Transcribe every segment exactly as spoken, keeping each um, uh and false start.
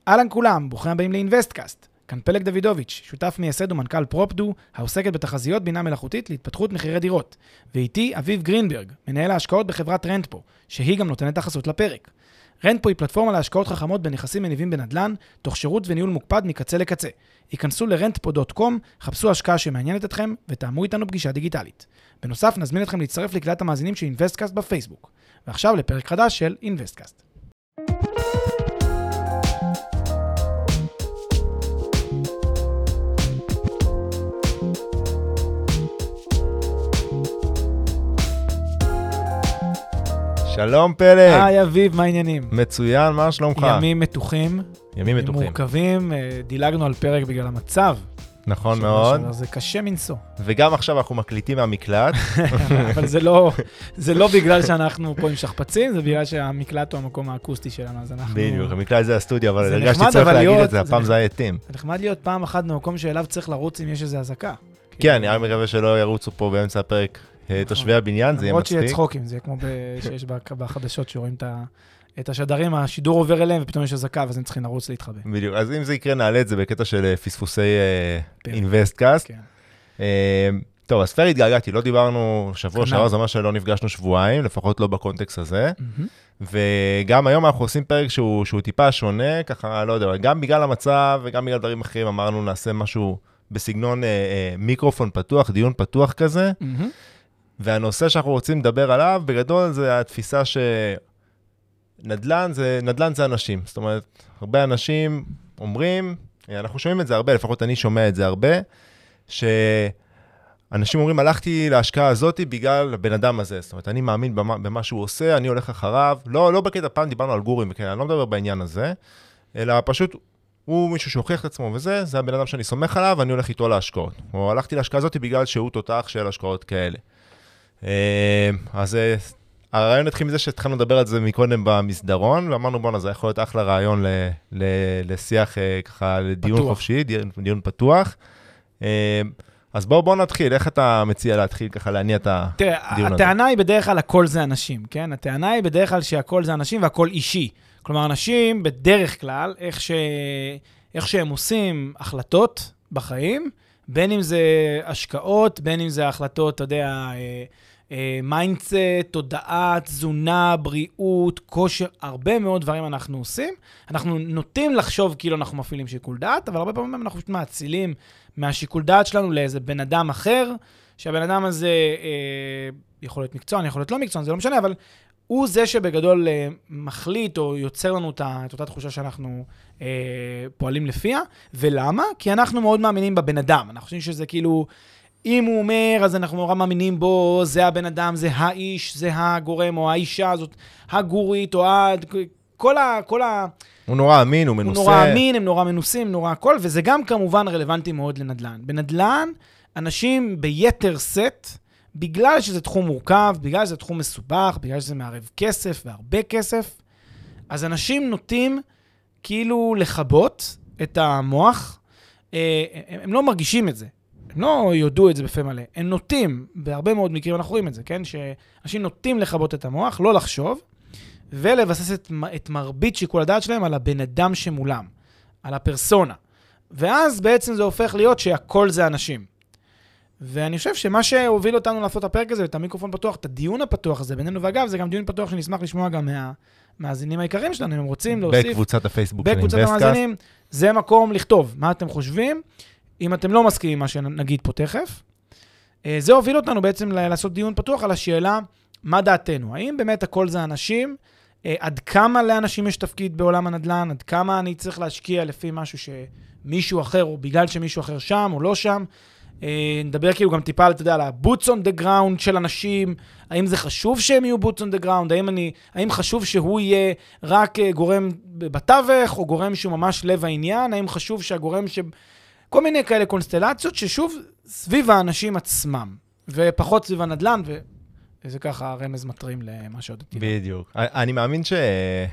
אהלן כולם, ברוכים הבאים לאינבסטקאסט. כאן פלג דוידוביץ', שותף מייסד ומנכ"ל פרופדו, העוסקת בתחזיות בינה מלאכותית להתפתחות מחירי דירות. ואיתי אביב גרינברג, מנהל ההשקעות בחברת רנטפו, שהיא גם נותנת החסות לפרק. רנטפו היא פלטפורמה להשקעות חכמות בנכסים מניבים בנדל"ן, תוך שירות וניהול מוקפד מקצה לקצה. היכנסו ל-רנטפו דוט קום, חפשו השקעה שמעניינת אתכם ותאמו איתנו פגישה דיגיטלית. בנוסף, נזמין אתכם להצטרף לקהילת המאזינים של אינבסטקאסט בפייסבוק. ועכשיו לפרק חדש של אינבסטקאסט. שלום פלג. היי אביב, מה העניינים? מצוין, מה שלומך? ימים מתוחים. ימים מתוחים. מורכבים, דילגנו על פרק בגלל המצב. נכון מאוד. זה קשה מנסו. וגם עכשיו אנחנו מקליטים מהמקלט. אבל זה לא, זה לא בגלל שאנחנו פה עם שכפצים, זה בגלל שהמקלט הוא המקום האקוסטי שלנו, אז אנחנו... בדיוק, המקלט זה הסטודיו, אבל הרגשתי צריך להגיד את זה, הפעם זה היתים. זה נחמד להיות פעם אחת במקום שאליו צריך לרוץ אם יש איזה הזקה. כן, אני מקווה שלא ירוצו פה באמצע הפרק תושבי הבניין, זה יהיה מצחיק. למרות שיהיה צחוקים, זה כמו שיש בחדשות שרואים את השדרים, השידור עובר אליהם ופתאום יש הזקה, ואז הם צריכים לרוץ להתחבא. בדיוק, אז אם זה יקרה, נעלה את זה בקטע של פספוסי אינבסטקאסט. טוב, אז פר התגעגעתי, לא דיברנו שבוע שעבר, זה אומר שלא נפגשנו שבועיים, לפחות לא בקונטקסט הזה. וגם היום אנחנו עושים פרק שהוא טיפה שונה, ככה, לא יודע, גם בגלל המצב וגם בגלל דברים אחרים, אמרנו נעשה משהו בסגנון מיקרופון פתוח, דיון פתוח כזה. והנושא שאנחנו רוצים לדבר עליו, בגדול זה התפיסה שנדל"ן זה, נדל"ן זה אנשים. זאת אומרת, הרבה אנשים אומרים, אנחנו שומעים את זה הרבה, לפחות אני שומע את זה הרבה, שאנשים אומרים, הלכתי להשקעה הזאת בגלל הבן אדם הזה. זאת אומרת, אני מאמין במה, במה שהוא עושה, אני הולך אחריו. לא, לא בקטע פעם דיברנו על גורים, וכן, אני לא מדבר בעניין הזה, אלא פשוט הוא מישהו שהוכיח את עצמו וזה, זה הבן אדם שאני סומך עליו, ואני הולך איתו להשקעות. או הלכתי להשקעה הזאת בגלל שהוא תותח של השקעות כאלה. אז הרעיון התחיל מזה שהתחלנו לדבר על זה מקודם במסדרון, ואמרנו בואו, זה יכול להיות אחלה רעיון לשיח ככה, לדיון חופשי, דיון פתוח. אז בואו בואו נתחיל, איך אתה מציע להתחיל ככה להניע את הדיון הזה? הטענה היא בדרך כלל הכל זה אנשים, כן? הטענה היא בדרך כלל שהכל זה אנשים והכל אישי. כלומר, אנשים בדרך כלל, איך ש... איך שהם עושים החלטות בחיים, בין אם זה השקעות, בין אם זה החלטות, אתה יודע, מיינדסט, תודעה, תזונה, בריאות, כושר, הרבה מאוד דברים אנחנו עושים. אנחנו נוטים לחשוב כאילו אנחנו מפעילים שיקול דעת, אבל הרבה פעמים אנחנו מאצילים מהשיקול דעת שלנו לאיזה בן אדם אחר, שהבן אדם הזה אה, יכול להיות מקצוען, יכול להיות לא מקצוען, זה לא משנה, אבל הוא זה שבגדול אה, מחליט או יוצר לנו את, את אותה תחושה שאנחנו אה, פועלים לפיה. ולמה? כי אנחנו מאוד מאמינים בבן אדם. אנחנו חושבים שזה כאילו... אם הוא אומר, אז אנחנו נורא מאמינים בו, זה הבן אדם, זה האיש, זה הגורם, או האישה הזאת, הגורית, או ה... כל ה... כל ה... הוא נורא אמין, הוא מנוסה. הוא נורא אמין, הם נורא מנוסים, נורא הכל, וזה גם כמובן רלוונטי מאוד לנדל"ן. בנדל"ן, אנשים ביתר סט, בגלל שזה תחום מורכב, בגלל שזה תחום מסובך, בגלל שזה מערב כסף והרבה כסף, אז אנשים נוטים כאילו לחבות את המוח, הם לא מרגישים את זה. הם לא יודעו את זה בפה מלא. הם נוטים, בהרבה מאוד מקרים אנחנו רואים את זה, כן? שאנשים נוטים לחבות את המוח, לא לחשוב, ולבסס את, את מרבית שיקול הדעת שלהם על הבן אדם שמולם, על הפרסונה. ואז בעצם זה הופך להיות שהכל זה אנשים. ואני חושב שמה שהוביל אותנו לעשות את הפרק הזה, את המיקרופון פתוח, את הדיון הפתוח הזה בינינו, ואגב, זה גם דיון פתוח שנשמח לשמוע גם מהמאזינים העיקריים שלנו, אם הם רוצים להוסיף. בקבוצת הפייסבוק של בקבוצת המאזינים, זה מקום לכתוב. מה אתם חושבים? אם אתם לא מסכימים מה שנגיד פה תכף, זה הוביל אותנו בעצם לעשות דיון פתוח על השאלה, מה דעתנו? האם באמת הכל זה אנשים? עד כמה לאנשים יש תפקיד בעולם הנדל"ן? עד כמה אני צריך להשקיע לפי משהו שמישהו אחר, או בגלל שמישהו אחר שם או לא שם? נדבר כאילו גם טיפה, אתה יודע, על ה-boots on the ground של אנשים, האם זה חשוב שהם יהיו boots on the ground? האם, אני, האם חשוב שהוא יהיה רק גורם בתווך, או גורם שהוא ממש לב העניין? האם חשוב שהגורם ש... כל מיני כאלה קונסטלציות ששוב סביב האנשים עצמם, ופחות סביב הנדל"ן, וזה ככה רמז מטרים למה שעוד תילה. בדיוק. אני מאמין ש...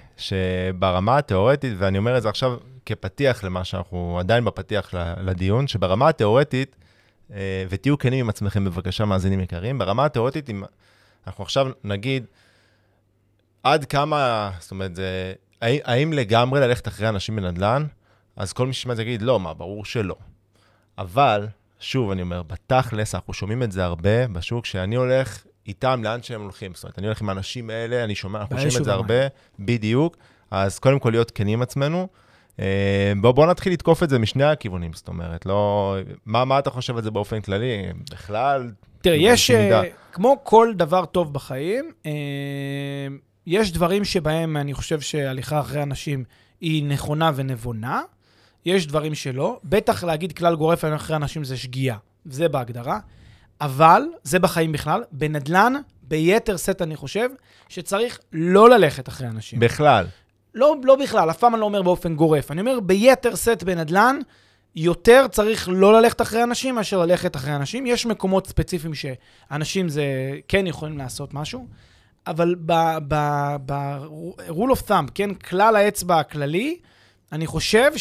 שברמה התיאורטית, ואני אומר את זה עכשיו כפתיח למה שאנחנו עדיין בפתיח לדיון, שברמה התיאורטית, ותהיו כנים עם עצמכם בבקשה מאזינים יקרים, ברמה התיאורטית, אם אנחנו עכשיו נגיד, עד כמה, זאת אומרת, זה... האם לגמרי ללכת אחרי אנשים בנדל"ן? אז כל מי ששמע זה יגיד, לא, מה, ברור שלא. אבל, שוב, אני אומר, בתכלס, אנחנו שומעים את זה הרבה בשוק, שאני הולך איתם לאן שהם הולכים. זאת אומרת, אני הולך עם האנשים האלה, אני שומע, אנחנו שומעים את זה הרבה, בדיוק. אז קודם כל להיות כנים עצמנו. בואו בוא נתחיל לתקוף את זה משני הכיוונים, זאת אומרת, לא... מה, מה אתה חושב על זה באופן כללי? בכלל... תראה, יש, כמו כל דבר טוב בחיים, יש דברים שבהם אני חושב שהליכה אחרי אנשים היא נכונה ונבונה, יש דברים שלא, בטח להגיד כלל גורף אחרי אנשים זה שגיאה, זה בהגדרה, אבל, זה בחיים בכלל, בנדלן, ביתר סט אני חושב, שצריך לא ללכת אחרי אנשים. בכלל. לא, לא בכלל, אף פעם אני לא אומר באופן גורף, אני אומר ביתר סט בנדלן, יותר צריך לא ללכת אחרי אנשים, מאשר ללכת אחרי אנשים. יש מקומות ספציפיים שאנשים זה כן יכולים לעשות משהו, אבל ב-rule of thumb, כן, כלל האצבע הכללי, אני חושב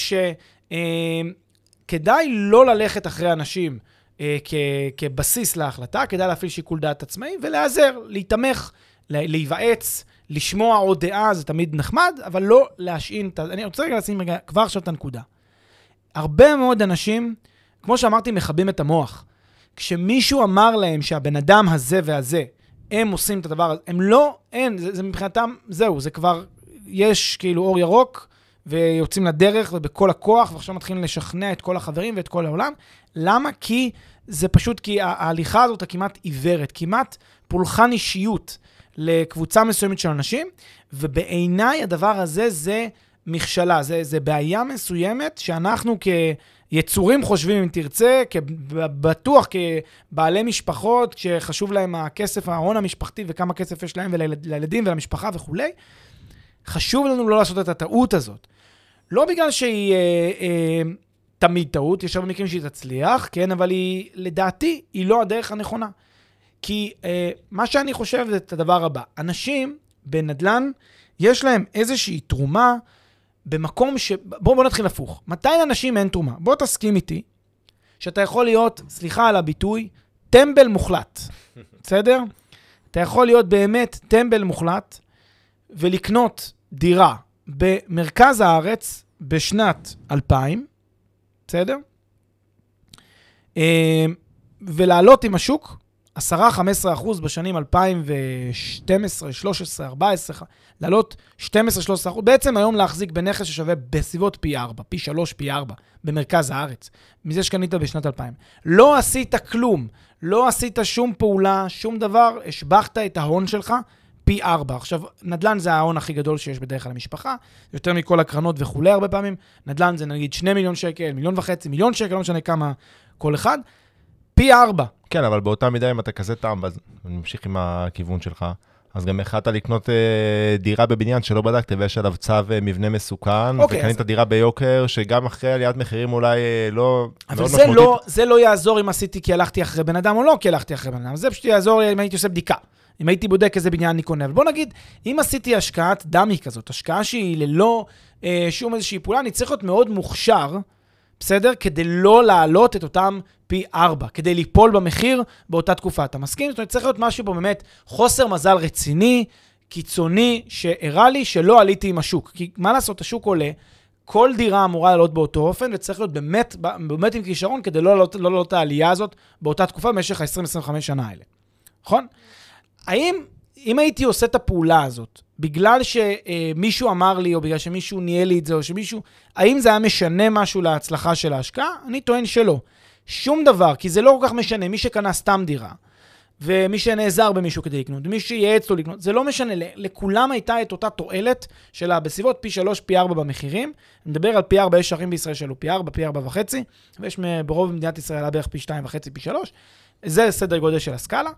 שכדאי לא ללכת אחרי אנשים כבסיס להחלטה, כדאי להפעיל שיקול דעת עצמאי, ולעזר, להתמך, להיוועץ, לשמוע עוד דעה, זה תמיד נחמד, אבל לא להשעין, אני רוצה רגע לשים רגע, כבר עכשיו את הנקודה. הרבה מאוד אנשים, כמו שאמרתי, מחבים את המוח. כשמישהו אמר להם שהבן אדם הזה והזה, הם עושים את הדבר הזה, הם לא, אין, זה, זה מבחינתם, זהו, זה כבר, יש כאילו אור ירוק, ויוצאים לדרך ובכל הכוח, ועכשיו מתחילים לשכנע את כל החברים ואת כל העולם. למה? כי זה פשוט, כי ההליכה הזאת כמעט עיוורת, כמעט פולחן אישיות לקבוצה מסוימת של אנשים, ובעיניי הדבר הזה זה מכשלה, זה, זה בעיה מסוימת שאנחנו כיצורים חושבים, אם תרצה, בטוח כבעלי משפחות, שחשוב להם הכסף, ההון המשפחתי וכמה כסף יש להם ולילדים ולמשפחה וכו'. חשוב לנו לא לעשות את הטעות הזאת. לא בגלל שהיא אה, אה, תמיד טעות, יש הרבה מקרים שהיא תצליח, כן, אבל היא, לדעתי, היא לא הדרך הנכונה. כי אה, מה שאני חושב זה את הדבר הבא. אנשים בנדלן, יש להם איזושהי תרומה במקום ש... בואו בוא נתחיל הפוך. מתי לאנשים אין תרומה? בוא תסכים איתי, שאתה יכול להיות, סליחה על הביטוי, טמבל מוחלט. בסדר? אתה יכול להיות באמת טמבל מוחלט, ולקנות דירה במרכז הארץ בשנת אלפיים, בסדר? ולעלות עם השוק עשרה עד חמישה עשר אחוז בשנים אלפיים ושתים עשרה, שלוש עשרה, ארבע עשרה, לעלות שתים עשרה שלוש עשרה אחוז, בעצם היום להחזיק בנכס ששווה בסביבות פי ארבע, פי שלוש, פי ארבע, במרכז הארץ, מזה שקנית בשנת אלפיים. לא עשית כלום, לא עשית שום פעולה, שום דבר, השבחת את ההון שלך, פי ארבע. עכשיו, נדל"ן זה ההון הכי גדול שיש בדרך כלל למשפחה, יותר מכל הקרנות וכולי הרבה פעמים. נדל"ן זה נגיד שני מיליון שקל, מיליון וחצי, מיליון שקל, לא משנה כמה כל אחד, פי ארבע. כן, אבל באותה מידה אם אתה כזה טעם, אז אני ממשיך עם הכיוון שלך, אז גם החלטת לקנות אה, דירה בבניין שלא בדקת, ויש עליו צו אה, מבנה מסוכן, אוקיי, וקנית אז... דירה ביוקר, שגם אחרי עליית מחירים אולי אה, לא... אבל זה לא, זה לא יעזור אם עשיתי כי הלכתי אחרי בן אדם או לא כי הלכתי אחרי בן אדם, זה פשוט יעזור אם הייתי עושה בדיקה. אם הייתי בודק איזה בניין אני קונה. אבל בוא נגיד, אם עשיתי השקעת דמי כזאת, השקעה שהיא ללא אה, שום איזושהי פעולה, אני צריך להיות מאוד מוכשר, בסדר? כדי לא לעלות את אותם פי ארבע, כדי ליפול במחיר באותה תקופה. אתה מסכים? זאת אומרת, צריך להיות משהו פה באמת חוסר מזל רציני, קיצוני, שהראה לי שלא עליתי עם השוק. כי מה לעשות? השוק עולה, כל דירה אמורה לעלות באותו אופן, וצריך להיות באמת, באמת עם כישרון, כדי לא לעלות, לא לעלות את העלייה הזאת באותה תקופה במשך ה-עשרים עד עשרים וחמש שנה האלה. נכון? האם, אם הייתי עושה את הפעולה הזאת, בגלל שמישהו אמר לי, או בגלל שמישהו ניהל לי את זה, או שמישהו, האם זה היה משנה משהו להצלחה של ההשקעה? אני טוען שלא. שום דבר, כי זה לא כל כך משנה. מי שקנה סתם דירה, ומי שנעזר במישהו כדי לקנות, ומי שייעץ לו לקנות, זה לא משנה. לכולם הייתה את אותה תועלת שלה בסביבות פי שלוש, פי ארבע במחירים. אני מדבר על פי ארבע, יש ערים בישראל שלו פי ארבע, פי ארבע וחצי, ויש ברוב מדינת ישראל בערך פי שתיים וחצי, פי שלוש. זה סדר גודל של הסקאלה.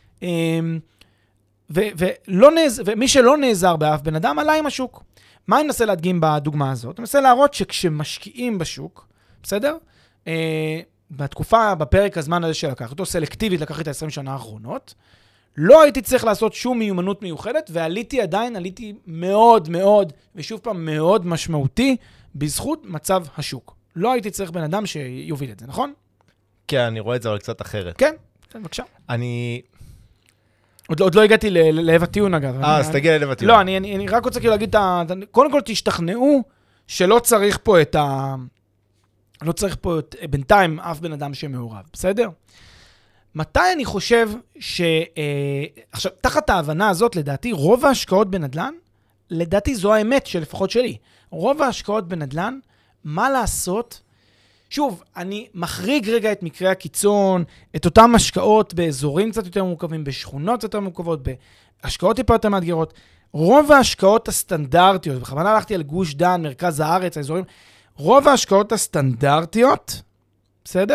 ו- ולא נעז... ומי שלא נעזר באף בן אדם עלה עם השוק. מה אני מנסה להדגים בדוגמה הזאת? אני מנסה להראות שכשמשקיעים בשוק, בסדר? אה, בתקופה, בפרק הזמן הזה שלקח, אותו סלקטיבית לקח את ה-עשרים שנה האחרונות, לא הייתי צריך לעשות שום מיומנות מיוחדת, ועליתי עדיין, עליתי מאוד מאוד, ושוב פעם מאוד משמעותי, בזכות מצב השוק. לא הייתי צריך בן אדם שיוביל את זה, נכון? כן, אני רואה את זה אבל קצת אחרת. כן, כן, בבקשה. אני... עוד, עוד לא הגעתי ללב הטיעון, אגב. אה, אז תגיע ללב הטיעון. לא, אני, אני, אני רק רוצה כאילו להגיד, קודם כל תשתכנעו שלא צריך פה את ה... לא צריך פה את, בינתיים אף בן אדם שמעורב, בסדר? מתי אני חושב ש... אה, עכשיו, תחת ההבנה הזאת, לדעתי, רוב ההשקעות בנדל"ן, לדעתי זו האמת שלפחות שלי. רוב ההשקעות בנדל"ן, מה לעשות? שוב, אני מחריג רגע את מקרי הקיצון, את אותם השקעות באזורים קצת יותר מורכבים, בשכונות קצת יותר מורכבות, בהשקעות טיפה יותר מאתגרות. רוב ההשקעות הסטנדרטיות, בכוונה הלכתי על גוש דן, מרכז הארץ, האזורים, רוב ההשקעות הסטנדרטיות, בסדר?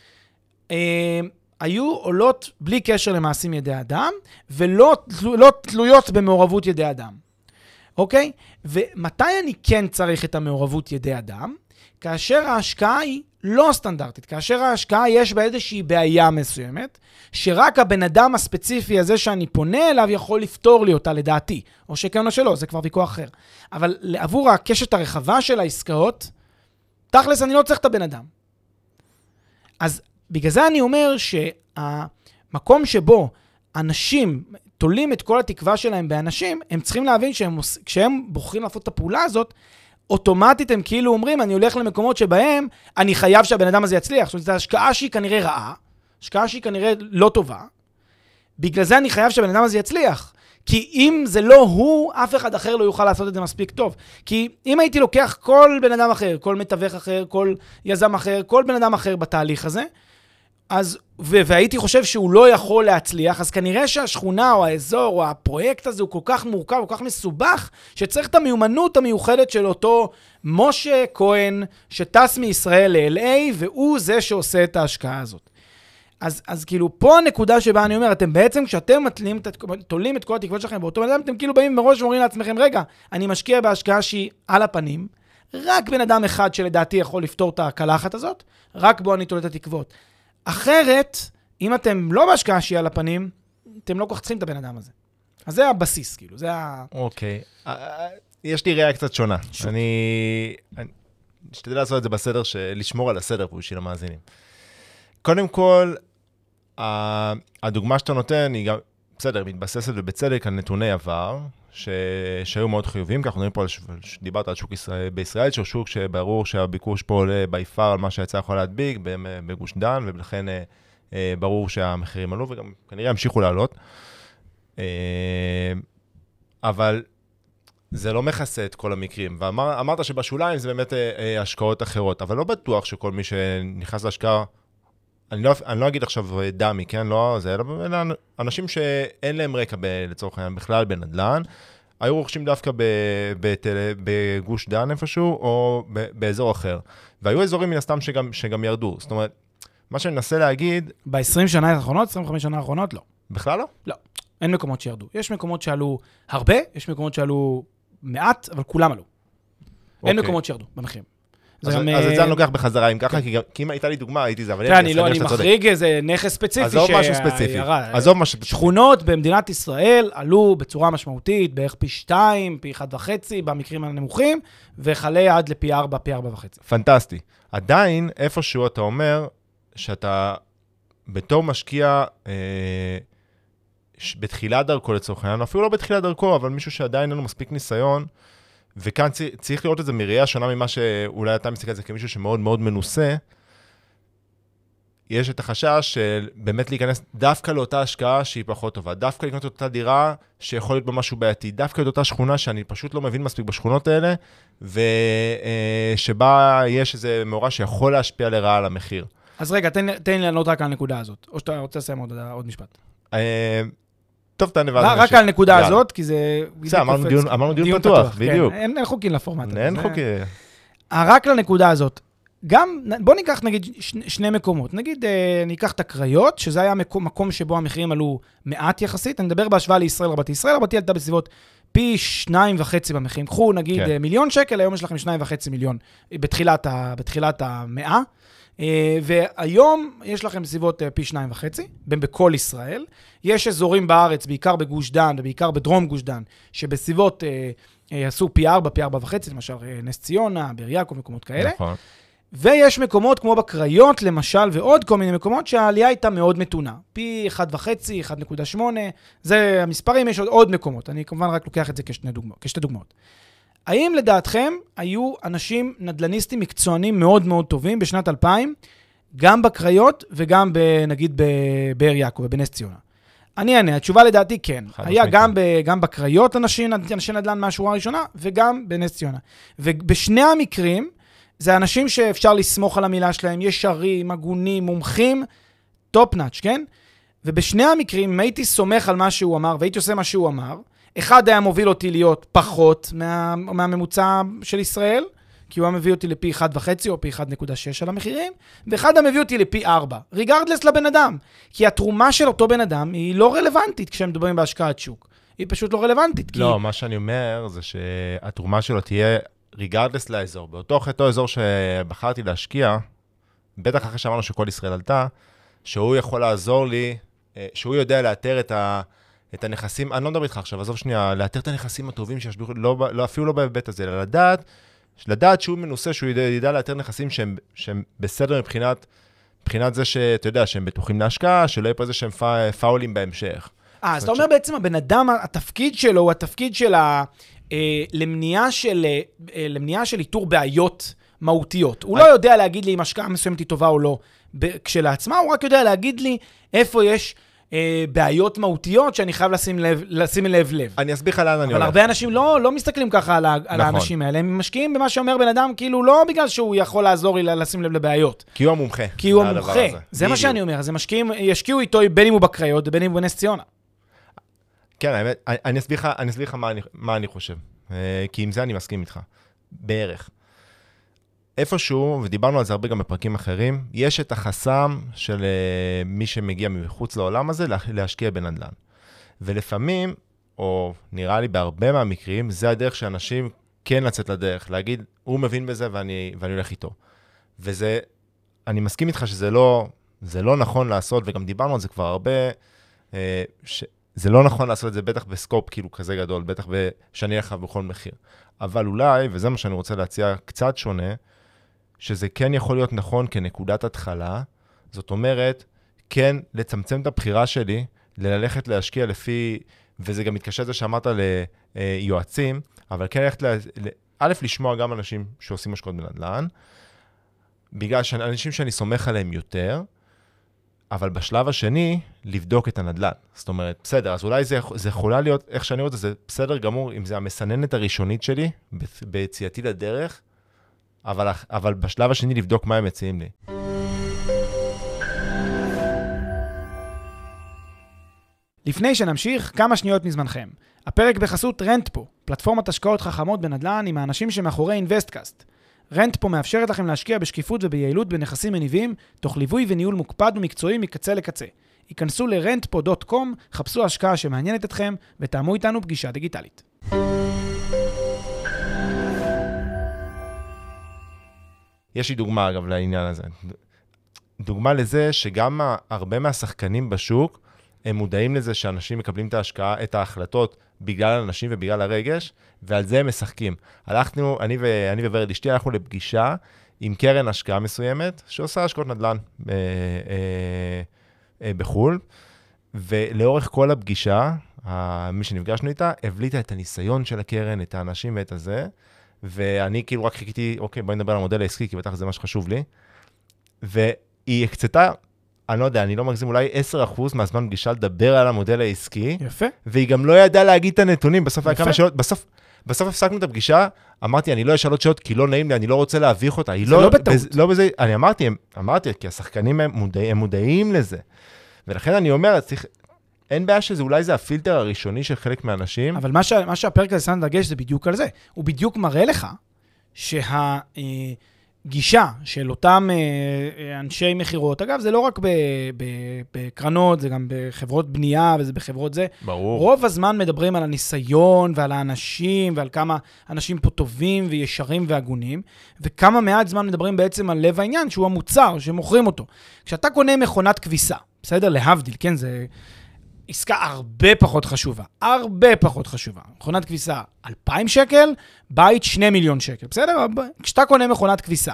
אה, היו עולות בלי קשר למעשים ידי אדם, ולא לא תלויות במעורבות ידי אדם. אוקיי? ומתי אני כן צריך את המעורבות ידי אדם? כאשר ההשקעה היא לא סטנדרטית, כאשר ההשקעה יש בה איזושהי בעיה מסוימת, שרק הבן אדם הספציפי הזה שאני פונה אליו יכול לפתור לי אותה לדעתי, או שכן או שלא, זה כבר ויכוח אחר. אבל עבור הקשת הרחבה של העסקאות, תכלס אני לא צריך את הבן אדם. אז בגלל זה אני אומר שהמקום שבו אנשים תולים את כל התקווה שלהם באנשים, הם צריכים להבין שכשהם בוחרים לעשות את הפעולה הזאת, אוטומטית הם כאילו אומרים, אני הולך למקומות שבהם אני חייב שהבן אדם הזה יצליח. זאת אומרת, זו השקעה שהיא כנראה רעה, השקעה שהיא כנראה לא טובה. בגלל זה אני חייב שהבן אדם הזה יצליח. כי אם זה לא הוא, אף אחד אחר לא יוכל לעשות את זה מספיק טוב. כי אם הייתי לוקח כל בן אדם אחר, כל מתווך אחר, כל יזם אחר, כל בן אדם אחר בתהליך הזה, אז, ו- והייתי חושב שהוא לא יכול להצליח, אז כנראה שהשכונה או האזור או הפרויקט הזה הוא כל כך מורכב, כל כך מסובך, שצריך את המיומנות המיוחדת של אותו משה כהן, שטס מישראל ל-אל איי, והוא זה שעושה את ההשקעה הזאת. אז, אז כאילו, פה הנקודה שבה אני אומר, אתם בעצם, כשאתם מתלים, תולים את כל התקוות שלכם באותו אדם, אתם כאילו באים מראש ואומרים לעצמכם, רגע, אני משקיע בהשקעה שהיא על הפנים, רק בן אדם אחד שלדעתי יכול לפתור את הקלחת הזאת, רק בו אני תולה את התקוות. אחרת, אם אתם לא בהשקעה שהיא על הפנים, אתם לא כל כך צריכים את הבן אדם הזה. אז זה הבסיס, כאילו, זה ה... אוקיי. יש לי ראייה קצת שונה. אני... אשתדל לעשות את זה בסדר, לשמור על הסדר פה בשביל המאזינים. קודם כל, הדוגמה שאתה נותן היא גם, בסדר, מתבססת ובצדק על נתוני עבר, שהיו מאוד חיובים, כך אנחנו מדברים פה, דיברת על שוק בישראל, שהוא שוק שברור שהביקוש פה עולה ביפר על מה שיצא יכול להדביק, בגוש דן, ולכן ברור שהמחירים עלו, וגם כנראה המשיכו לעלות. אבל זה לא מכסה את כל המקרים, ואמרת שבשוליים זה באמת השקעות אחרות, אבל לא בטוח שכל מי שנכנס להשקעה, אני לא, אני לא אגיד עכשיו דמי, כן? לא, זה אלא אנשים שאין להם רקע ב, לצורך העניין בכלל בנדל"ן, היו רוכשים דווקא ב, בתל, בגוש דן איפשהו, או ב, באזור אחר. והיו אזורים מן הסתם שגם, שגם ירדו. זאת אומרת, מה שאני מנסה להגיד... ב-עשרים שנה האחרונות, עשרים וחמש שנה האחרונות, לא. בכלל לא? לא. אין מקומות שירדו. יש מקומות שעלו הרבה, יש מקומות שעלו מעט, אבל כולם עלו. אין מקומות שירדו במחירים. אז את זה אני לוקח בחזרה, אם ככה, כי אם הייתה לי דוגמה, הייתי זה, אבל אני לא, אני מחריג איזה נכס ספציפי. עזוב משהו ספציפי. עזוב משהו ספציפי. שכונות במדינת ישראל עלו בצורה משמעותית, בערך פי שתיים, פי אחד וחצי, במקרים הנמוכים, וחלה עד לפי ארבע, פי ארבע וחצי. פנטסטי. עדיין, איפשהו אתה אומר, שאתה בתור משקיע בתחילת דרכו לצורך העניין, אפילו לא בתחילת דרכו, אבל מישהו שעדיין אין לו מספיק ניסיון, וכאן צריך לראות את זה מראייה שונה ממה שאולי אתה מסתכל על זה כמישהו שמאוד מאוד מנוסה, יש את החשש של באמת להיכנס דווקא לאותה השקעה שהיא פחות טובה, דווקא לקנות את אותה דירה שיכול להיות בה משהו בעייתי, דווקא את אותה שכונה שאני פשוט לא מבין מספיק בשכונות האלה, ושבה יש איזה מאורע שיכול להשפיע לרעה על המחיר. אז רגע, תן, תן לי לענות רק על הנקודה הזאת, או שאתה רוצה לסיים עוד, עוד משפט. טוב, תענה ואז רק על הנקודה הזאת, כי זה... אמרנו דיון פתוח, בדיוק. אין חוקים לפורמט. אין חוקים. רק לנקודה הזאת. גם, בוא ניקח נגיד שני מקומות. נגיד, ניקח את הקריות, שזה היה מקום שבו המחירים עלו מעט יחסית. אני מדבר בהשוואה לישראל רבתי. ישראל רבתי עלתה בסביבות פי שניים וחצי במחירים. קחו נגיד מיליון שקל, היום יש לכם שניים וחצי מיליון בתחילת המאה. והיום יש לכם בסביבות פי שניים וחצי, בכל ישראל. יש אזורים בארץ, בעיקר בגוש דן, ובעיקר בדרום גוש דן, שבסביבות עשו פי ארבע, פי ארבע וחצי, למשל נס ציונה, באר יעקב, מקומות כאלה. נכון. ויש מקומות כמו בקריות, למשל, ועוד כל מיני מקומות שהעלייה הייתה מאוד מתונה. פי אחת וחצי, אחת נקודה שמונה, זה המספרים, יש עוד, עוד מקומות. אני כמובן רק לוקח את זה כשתי דוגמאות. כשתי דוגמאות. האם לדעתכם היו אנשים נדלניסטים מקצוענים מאוד מאוד טובים בשנת אלפיים, גם בקריות וגם נגיד בבאר יעקב ובנס ציונה? אני אענה, התשובה לדעתי כן. היה גם, ב, גם בקריות אנשים, אנשי נדל"ן מהשורה הראשונה, וגם בנס ציונה. ובשני המקרים, זה אנשים שאפשר לסמוך על המילה שלהם, ישרים, הגונים, מומחים, טופ נאץ', כן? ובשני המקרים, אם הייתי סומך על מה שהוא אמר, והייתי עושה מה שהוא אמר, אחד היה מוביל אותי להיות פחות מה, מהממוצע של ישראל, כי הוא היה מביא אותי לפי אחת וחצי או פי אחת נקודה שש על המחירים, ואחד היה מביא אותי לפי ארבע, ריגרדלס לבן אדם. כי התרומה של אותו בן אדם היא לא רלוונטית כשהם מדברים בהשקעת שוק. היא פשוט לא רלוונטית. לא, כי... מה שאני אומר זה שהתרומה שלו תהיה ריגרדלס לאזור. באותו אותו אזור שבחרתי להשקיע, בטח אחרי שאמרנו שכל ישראל עלתה, שהוא יכול לעזור לי, שהוא יודע לאתר את ה... את הנכסים, אני לא מדבר איתך עכשיו, עזוב שנייה, לאתר את הנכסים הטובים שישביחו, לא, לא, אפילו לא בהיבט הזה, אלא לדעת, לדעת שהוא מנוסה, שהוא ידע, ידע לאתר נכסים שהם, שהם בסדר מבחינת, מבחינת זה שאתה יודע, שהם בטוחים להשקעה, שלא יהיה פה איזה שהם פאולים בהמשך. אה, אז אתה אומר בעצם, הבן אדם, התפקיד שלו הוא התפקיד של ה... למניעה של, למניעה של איתור בעיות מהותיות. הוא לא יודע להגיד לי אם השקעה מסוימת היא טובה או לא כשלעצמה, הוא רק יודע להגיד לי איפה יש בעיות מהותיות שאני חייב לשים לב, לשים לב לב. אני אסביר לך לאן אני הולך. אבל הרבה אנשים לא, לא מסתכלים ככה על, נכון. על האנשים האלה, הם משקיעים במה שאומר בן אדם, כאילו לא בגלל שהוא יכול לעזור לי לשים לב לבעיות. כי הוא המומחה. כי הוא המומחה. זה, זה מה שאני אומר, אז הם משקיעים, ישקיעו איתו בין אם הוא בקריות ובין אם הוא בנס ציונה. כן, האמת, אני אסביר לך, אני אסביר לך מה אני, מה אני חושב. כי עם זה אני מסכים איתך. בערך. איפשהו, ודיברנו על זה הרבה גם בפרקים אחרים, יש את החסם של מי שמגיע מחוץ לעולם הזה להשקיע בנדל"ן. ולפעמים, או נראה לי בהרבה מהמקרים, זה הדרך שאנשים כן לצאת לדרך, להגיד, הוא מבין בזה ואני, ואני הולך איתו. וזה, אני מסכים איתך שזה לא, זה לא נכון לעשות, וגם דיברנו על זה כבר הרבה, ש... זה לא נכון לעשות את זה בטח בסקופ כאילו כזה גדול, בטח שאני אלך בכל מחיר. אבל אולי, וזה מה שאני רוצה להציע קצת שונה, שזה כן יכול להיות נכון כנקודת התחלה, זאת אומרת, כן לצמצם את הבחירה שלי, ללכת להשקיע לפי, וזה גם מתקשר לזה שאמרת ליועצים, אבל כן ללכת, א', לשמוע גם אנשים שעושים השקעות בנדל"ן, בגלל שאנשים שאני סומך עליהם יותר, אבל בשלב השני, לבדוק את הנדל"ן. זאת אומרת, בסדר, אז אולי זה, זה יכולה להיות, איך שאני רואה את זה, זה בסדר גמור, אם זה המסננת הראשונית שלי, ביציאתי לדרך, אבל, אבל בשלב השני לבדוק מה הם מציעים לי. לפני שנמשיך, כמה שניות מזמנכם. הפרק בחסות רנטפו, פלטפורמת השקעות חכמות בנדל"ן עם האנשים שמאחורי אינבסטקאסט. רנטפו מאפשרת לכם להשקיע בשקיפות וביעילות בנכסים מניבים, תוך ליווי וניהול מוקפד ומקצועי מקצה לקצה. היכנסו ל-רנטפו דוט קום, חפשו השקעה שמעניינת אתכם, ותאמו איתנו פגישה דיגיטלית. יש לי דוגמה, אגב, לעניין הזה. דוגמה לזה שגם הרבה מהשחקנים בשוק, הם מודעים לזה שאנשים מקבלים את ההשקעה, את ההחלטות, בגלל האנשים ובגלל הרגש, ועל זה הם משחקים. הלכנו, אני, ו, אני ורד אשתי, הלכנו לפגישה עם קרן השקעה מסוימת, שעושה השקעות נדל"ן אה, אה, אה, בחול, ולאורך כל הפגישה, מי שנפגשנו איתה, הבליטה את הניסיון של הקרן, את האנשים ואת הזה, ואני כאילו רק חיכיתי, אוקיי, בואי נדבר על המודל העסקי, כי בטח זה מה שחשוב לי, והיא הקצתה, אני לא יודע, אני לא מגזים, אולי עשרה אחוז מהזמן פגישה לדבר על המודל העסקי. יפה. והיא גם לא ידעה להגיד את הנתונים, בסוף היה כמה שאלות, בסוף, בסוף הפסקנו את הפגישה, אמרתי, אני לא אשאל עוד שאלות, כי לא נעים לי, אני לא רוצה להביך אותה. זה לא, לא בטעות. בז, לא בזה, אני אמרתי, אמרתי, כי השחקנים הם, מודע, הם מודעים לזה. ולכן אני אומר, צריך, אין בעיה שזה, אולי זה הפילטר הראשוני של חלק מהאנשים. אבל מה, שה, מה שהפרק הזה שם דגש, זה בדיוק על זה. הוא בדיוק מראה לך, שה... גישה של אותם אנשי מחירות, אגב, זה לא רק בקרנות, זה גם בחברות בנייה, וזה בחברות זה. ברור. רוב הזמן מדברים על הניסיון ועל האנשים, ועל כמה אנשים פה טובים וישרים והגונים, וכמה מעט זמן מדברים בעצם על לב העניין, שהוא המוצר שמוכרים אותו. כשאתה קונה מכונת כביסה, בסדר? להבדיל, כן? זה עסקה הרבה פחות חשובה, הרבה פחות חשובה. מכונת כביסה אלפיים שקל, בית שני מיליון שקל, בסדר? כשאתה קונה מכונת כביסה,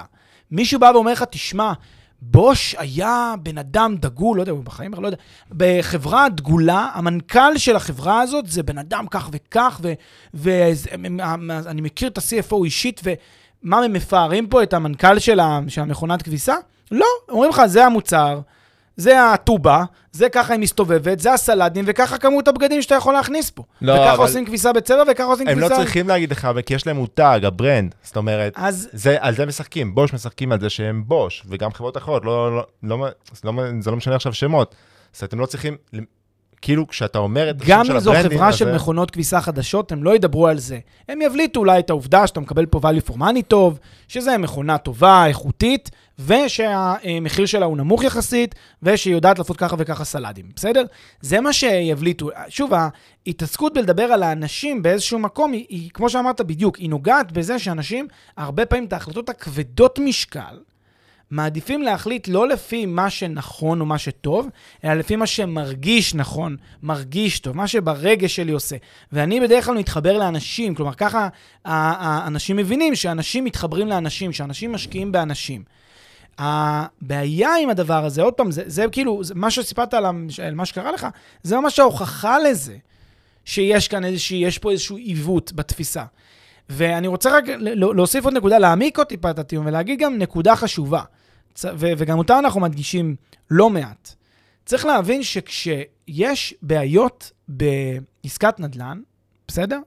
מישהו בא ואומר לך, תשמע, בוש היה בן אדם דגול, לא יודע, בחיים, לא יודע, בחברה דגולה, המנכ"ל של החברה הזאת זה בן אדם כך וכך, ואני מכיר את ה-סי אף או אישית, ומה הם מפארים פה את המנכ"ל של המכונת כביסה? לא, אומרים לך, זה המוצר, זה הטובה, זה ככה היא מסתובבת, זה הסלדים, וככה כמות הבגדים שאתה יכול להכניס פה. לא, וככה אבל... עושים כביסה בצבע, וככה עושים הם כביסה... הם לא צריכים להגיד לך, כי יש להם מותג, הברנד, זאת אומרת, אז... זה, על זה משחקים, בוש משחקים על זה שהם בוש, וגם חברות אחרות, לא, לא, לא, לא, זה לא משנה עכשיו שמות, אז אתם לא צריכים, כאילו כשאתה אומר את השם של הברנדים... גם אם זו חברה של זה... מכונות כביסה חדשות, הם לא ידברו על זה. הם יבליטו אולי את העובדה שאתה מקבל פה value for money טוב, שזה מכונה טובה, איכותית, ושהמחיר שלה הוא נמוך יחסית, ושהיא יודעת לעשות ככה וככה סלדים, בסדר? זה מה שיבליטו. שוב, ההתעסקות בלדבר על האנשים באיזשהו מקום, היא, היא, כמו שאמרת בדיוק, היא נוגעת בזה שאנשים, הרבה פעמים את ההחלטות הכבדות משקל, מעדיפים להחליט לא לפי מה שנכון או מה שטוב, אלא לפי מה שמרגיש נכון, מרגיש טוב, מה שברגש שלי עושה. ואני בדרך כלל מתחבר לאנשים, כלומר, ככה האנשים מבינים שאנשים מתחברים לאנשים, שאנשים משקיעים באנשים. הבעיה עם הדבר הזה, עוד פעם, זה, זה כאילו, זה, מה שסיפרת על, על מה שקרה לך, זה ממש ההוכחה לזה, שיש כאן איזושהי, יש פה איזשהו עיוות בתפיסה. ואני רוצה רק להוסיף עוד נקודה, להעמיק עוד טיפה את הטיעון, ולהגיד גם נקודה חשובה, ו- וגם אותה אנחנו מדגישים לא מעט. צריך להבין שכשיש בעיות בעסקת נדל"ן, בסדר?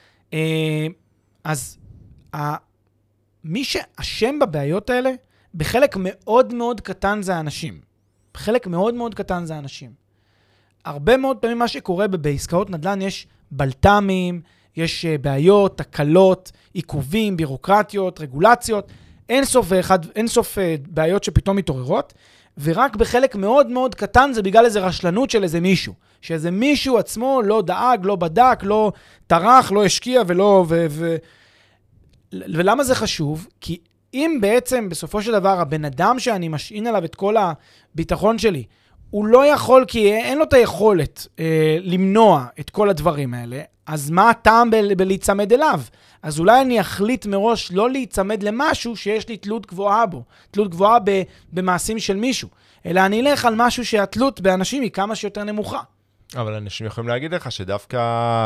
אז מי שאשם בבעיות האלה, בחלק מאוד מאוד קטן זה האנשים. בחלק מאוד מאוד קטן זה האנשים. הרבה מאוד פעמים מה שקורה בעסקאות נדל"ן יש בלת"מים, יש בעיות, תקלות, עיכובים, בירוקרטיות, רגולציות, אין סוף, אחד, אין סוף בעיות שפתאום מתעוררות, ורק בחלק מאוד מאוד קטן זה בגלל איזו רשלנות של איזה מישהו, שאיזה מישהו עצמו לא דאג, לא בדק, לא טרח, לא השקיע ולא... ו, ו... ולמה זה חשוב? כי אם בעצם בסופו של דבר הבן אדם שאני משעין עליו את כל הביטחון שלי, הוא לא יכול, כי אין לו את היכולת אה, למנוע את כל הדברים האלה, אז מה הטעם ב- בלהיצמד אליו? אז אולי אני אחליט מראש לא להיצמד למשהו שיש לי תלות גבוהה בו, תלות גבוהה ב- במעשים של מישהו, אלא אני אלך על משהו שהתלות באנשים היא כמה שיותר נמוכה. אבל אנשים יכולים להגיד לך שדווקא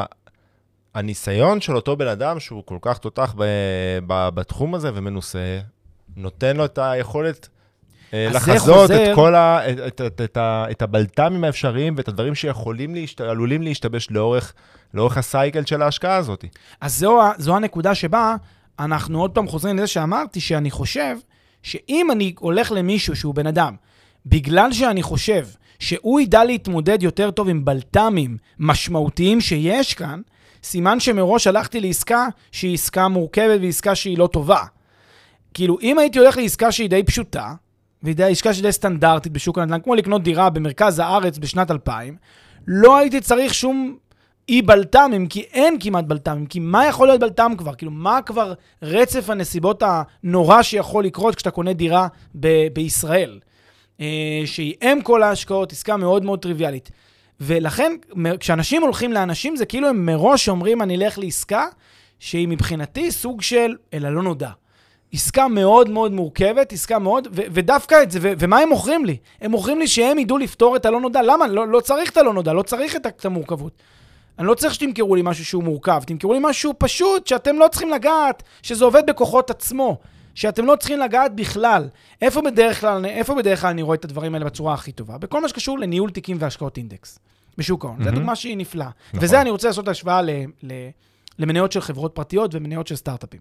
הניסיון של אותו בן אדם, שהוא כל כך תותח ב- ב- בתחום הזה ומנוסה, נותן לו את היכולת לחזות את כל ה... את, את, את, את הבלת"מים האפשריים ואת הדברים שיכולים להשת... עלולים להשתבש לאורך, לאורך הסייקל של ההשקעה הזאת. אז זו, זו הנקודה שבה אנחנו עוד פעם חוזרים לזה שאמרתי שאני חושב שאם אני הולך למישהו שהוא בן אדם, בגלל שאני חושב שהוא ידע להתמודד יותר טוב עם בלת"מים משמעותיים שיש כאן, סימן שמראש הלכתי לעסקה שהיא עסקה מורכבת ועסקה שהיא לא טובה. כאילו, אם הייתי הולך לעסקה שהיא די פשוטה, והעסקה שדי סטנדרטית בשוק הנדל"ן, כמו לקנות דירה במרכז הארץ בשנת אלפיים, לא הייתי צריך שום אי בלת"מים, כי אין כמעט בלת"מים, כי מה יכול להיות בלת"ם כבר? כאילו, מה כבר רצף הנסיבות הנורא שיכול לקרות כשאתה קונה דירה ב- בישראל? אה, שהיא אם כל ההשקעות, עסקה מאוד מאוד טריוויאלית. ולכן, כשאנשים הולכים לאנשים, זה כאילו הם מראש אומרים, אני אלך לעסקה, שהיא מבחינתי סוג של, אלא לא נודע. עסקה מאוד מאוד מורכבת, עסקה מאוד, ו- ודווקא את זה, ו- ומה הם מוכרים לי? הם מוכרים לי שהם ידעו לפתור את הלא נודע. למה? לא, לא צריך את הלא נודע, לא צריך את, את המורכבות. אני לא צריך שתמכרו לי משהו שהוא מורכב, תמכרו לי משהו פשוט, שאתם לא צריכים לגעת, שזה עובד בכוחות עצמו, שאתם לא צריכים לגעת בכלל. איפה בדרך כלל, איפה בדרך כלל אני רואה את הדברים האלה בצורה הכי טובה? בכל מה שקשור לניהול תיקים והשקעות אינדקס, בשוק ההון. Mm-hmm. זו דוגמה שהיא נפלאה. נכון. וזה אני רוצה לעשות השוואה ל- ל- למניות של חברות פרטיות ומניות של סטארט-אפים.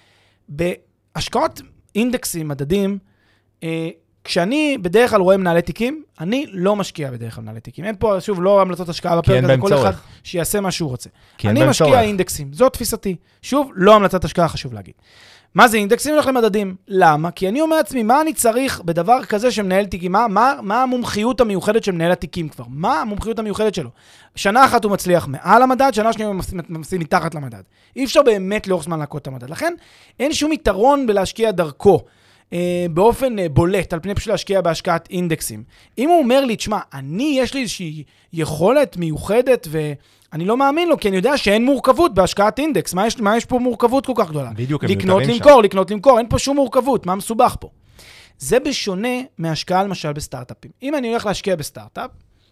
בהשקעות אינדקסים, מדדים, אה, כשאני בדרך כלל רואה מנהלי תיקים, אני לא משקיע בדרך כלל מנהלי תיקים. אין פה, שוב, לא המלצות השקעה בפרק הזה, כל אחד שיעשה מה שהוא רוצה. אני משקיע אינדקסים, זו תפיסתי. שוב, לא המלצת השקעה, חשוב להגיד. מה זה אינדקסים? הולך למדדים. למה? כי אני אומר לעצמי, מה אני צריך בדבר כזה שמנהל תיקים? מה, מה, מה המומחיות המיוחדת של מנהל התיקים כבר? מה המומחיות המיוחדת שלו? שנה אחת הוא מצליח מעל המדד, שנה שנייה הוא מפסיד מתחת למדד. אי אפשר באמת לאורך זמן להכות את המדד. לכן, אין שום יתרון בלהשקיע דרכו. באופן בולט, על פני פשוט להשקיע בהשקעת אינדקסים. אם הוא אומר לי, תשמע, אני, יש לי איזושהי יכולת מיוחדת, ואני לא מאמין לו, כי אני יודע שאין מורכבות בהשקעת אינדקס. מה יש, מה יש פה מורכבות כל כך גדולה? בדיוק, לקנות, למכור, לקנות, למכור, אין פה שום מורכבות, מה מסובך פה? זה בשונה מהשקעה למשל בסטארט-אפים. אם אני הולך להשקיע בסטארט-אפ,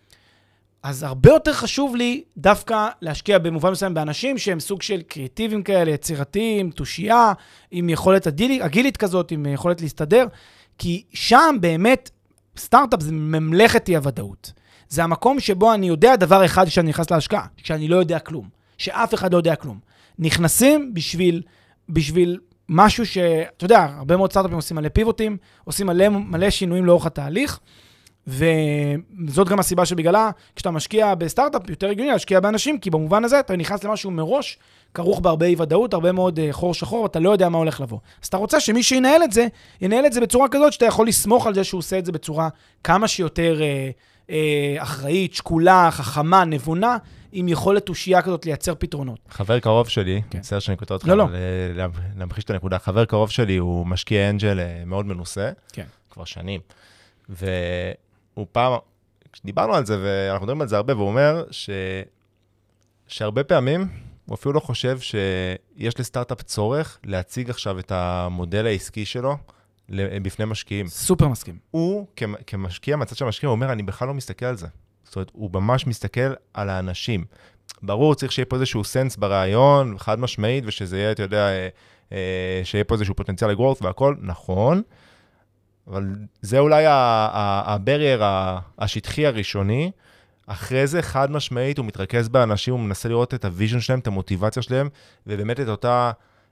אז הרבה יותר חשוב לי דווקא להשקיע במובן מסוים באנשים שהם סוג של קריאטיביים כאלה, יצירתיים, תושייה, עם יכולת אגילית כזאת, עם יכולת להסתדר, כי שם באמת סטארט-אפ זה ממלכת אי הוודאות. זה המקום שבו אני יודע דבר אחד כשאני נכנס להשקעה, שאני לא יודע כלום, שאף אחד לא יודע כלום. נכנסים בשביל, בשביל משהו שאתה יודע, הרבה מאוד סטארט-אפים עושים מלא פיבוטים, עושים מלא, מלא שינויים לאורך התהליך, וזאת גם הסיבה שבגללה, כשאתה משקיע בסטארט-אפ, יותר הגיוני להשקיע באנשים, כי במובן הזה אתה נכנס למשהו מראש, כרוך בהרבה אי ודאות, הרבה מאוד חור שחור, ואתה לא יודע מה הולך לבוא. אז אתה רוצה שמי שינהל את זה, ינהל את זה בצורה כזאת, שאתה יכול לסמוך על זה שהוא עושה את זה בצורה כמה שיותר אה, אה, אחראית, שקולה, חכמה, נבונה, עם יכולת תושייה כזאת לייצר פתרונות. חבר קרוב שלי, כן. מצטער שאני קוטע אותך, לא, לא. להמחיש את הנקודה, חבר קרוב שלי הוא משקיע אנג'ל מאוד מנוסה, כן. כבר שנים, והוא פעם, כשדיברנו על זה, ואנחנו מדברים על זה הרבה, והוא אומר ש... שהרבה פעמים, הוא אפילו לא חושב שיש לסטארט-אפ צורך להציג עכשיו את המודל העסקי שלו בפני משקיעים. סופר מסכים. הוא, כמשקיע, מהצד של המשקיע, הוא אומר, אני בכלל לא מסתכל על זה. זאת אומרת, הוא ממש מסתכל על האנשים. ברור, צריך שיהיה פה איזשהו סנס ברעיון, חד משמעית, ושזה יהיה, אתה יודע, שיהיה פה איזשהו פוטנציאל לגרורת והכל, נכון, אבל זה אולי הברייר השטחי הראשוני. אחרי זה, חד משמעית, הוא מתרכז באנשים, הוא מנסה לראות את הוויז'ן שלהם, את המוטיבציה שלהם, ובאמת את אותה,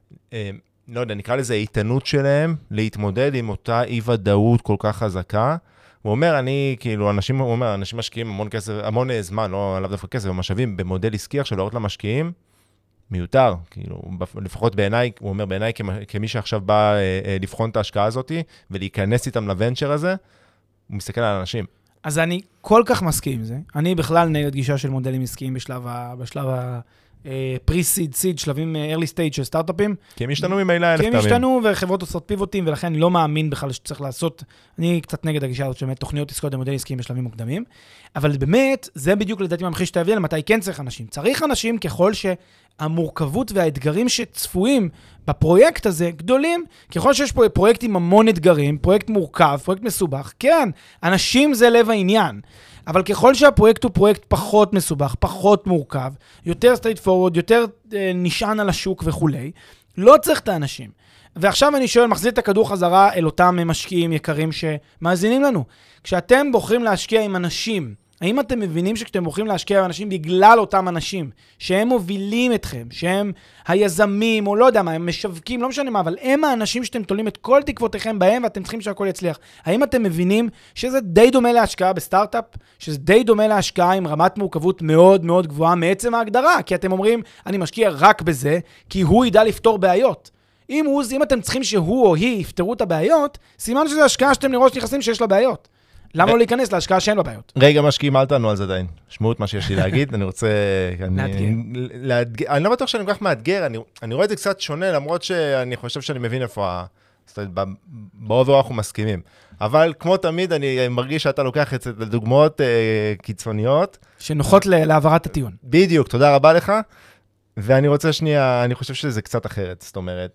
לא יודע, נקרא לזה איתנות שלהם, להתמודד עם אותה אי-ודאות כל כך חזקה. הוא אומר, אני, כאילו, אנשים, הוא אומר, אנשים משקיעים המון כסף, המון זמן, לא עליו דווקא כסף, ומשאבים במודל עסקי, עכשיו להראות למשקיעים, מיותר, כאילו, לפחות בעיניי, הוא אומר, בעיניי, כמי שעכשיו בא לבחון את ההשקעה הזאת, ולהיכנס איתם לוונצ'ר הזה, הוא מסתכל על אנשים. אז אני כל כך מסכים עם זה. אני בכלל נגד גישה של מודלים עסקיים בשלב ה... בשלב ה... פרי-סיד, סיד, שלבים early stage של סטארט-אפים. כי הם השתנו ממילא אלף פעמים. כי הם השתנו וחברות עושות פיבוטים, ולכן אני לא מאמין בכלל שצריך לעשות, אני קצת נגד הגישה הזאת, שבאמת תוכניות עסקיות במודלים עסקיים בשלבים מוקדמים, אבל באמת, זה בדיוק לדעתי ממחיש את ההבדל, מתי כן צריך אנשים. צריך אנשים ככל שהמורכבות והאתגרים שצפויים בפרויקט הזה גדולים, ככל שיש פה פרויקט עם המון אתגרים, פרויקט מורכב, פרויקט מסובך, כן, אנשים זה לב העניין. אבל ככל שהפרויקט הוא פרויקט פחות מסובך, פחות מורכב, יותר straight forward, יותר אה, נשען על השוק וכו', לא צריך את האנשים. ועכשיו אני שואל, מחזיר את הכדור חזרה אל אותם משקיעים יקרים שמאזינים לנו. כשאתם בוחרים להשקיע עם אנשים, האם אתם מבינים שכשאתם בוחרים להשקיע עם אנשים בגלל אותם אנשים, שהם מובילים אתכם, שהם היזמים, או לא יודע מה, הם משווקים, לא משנה מה, אבל הם האנשים שאתם תולים את כל תקוותיכם בהם, ואתם צריכים שהכל יצליח. האם אתם מבינים שזה די דומה להשקעה בסטארט-אפ, שזה די דומה להשקעה עם רמת מורכבות מאוד מאוד גבוהה מעצם ההגדרה, כי אתם אומרים, אני משקיע רק בזה, כי הוא ידע לפתור בעיות. אם, הוא, אם אתם צריכים שהוא או היא יפתרו את הבעיות, סימן שזה השקעה שאתם לראש נכנסים שיש לה בעיות. למה לא להיכנס להשקעה שאין לה בעיות? רגע, משקיעים, אל תענו על זה עדיין. שמעו את מה שיש לי להגיד, אני רוצה... לאתגר. אני לא בטוח שאני כל כך מאתגר, אני רואה את זה קצת שונה, למרות שאני חושב שאני מבין איפה ה... בעובר אנחנו מסכימים. אבל כמו תמיד, אני מרגיש שאתה לוקח את זה לדוגמאות קיצוניות. שנוחות להעברת הטיעון. בדיוק, תודה רבה לך. ואני רוצה שנייה, אני חושב שזה קצת אחרת, זאת אומרת,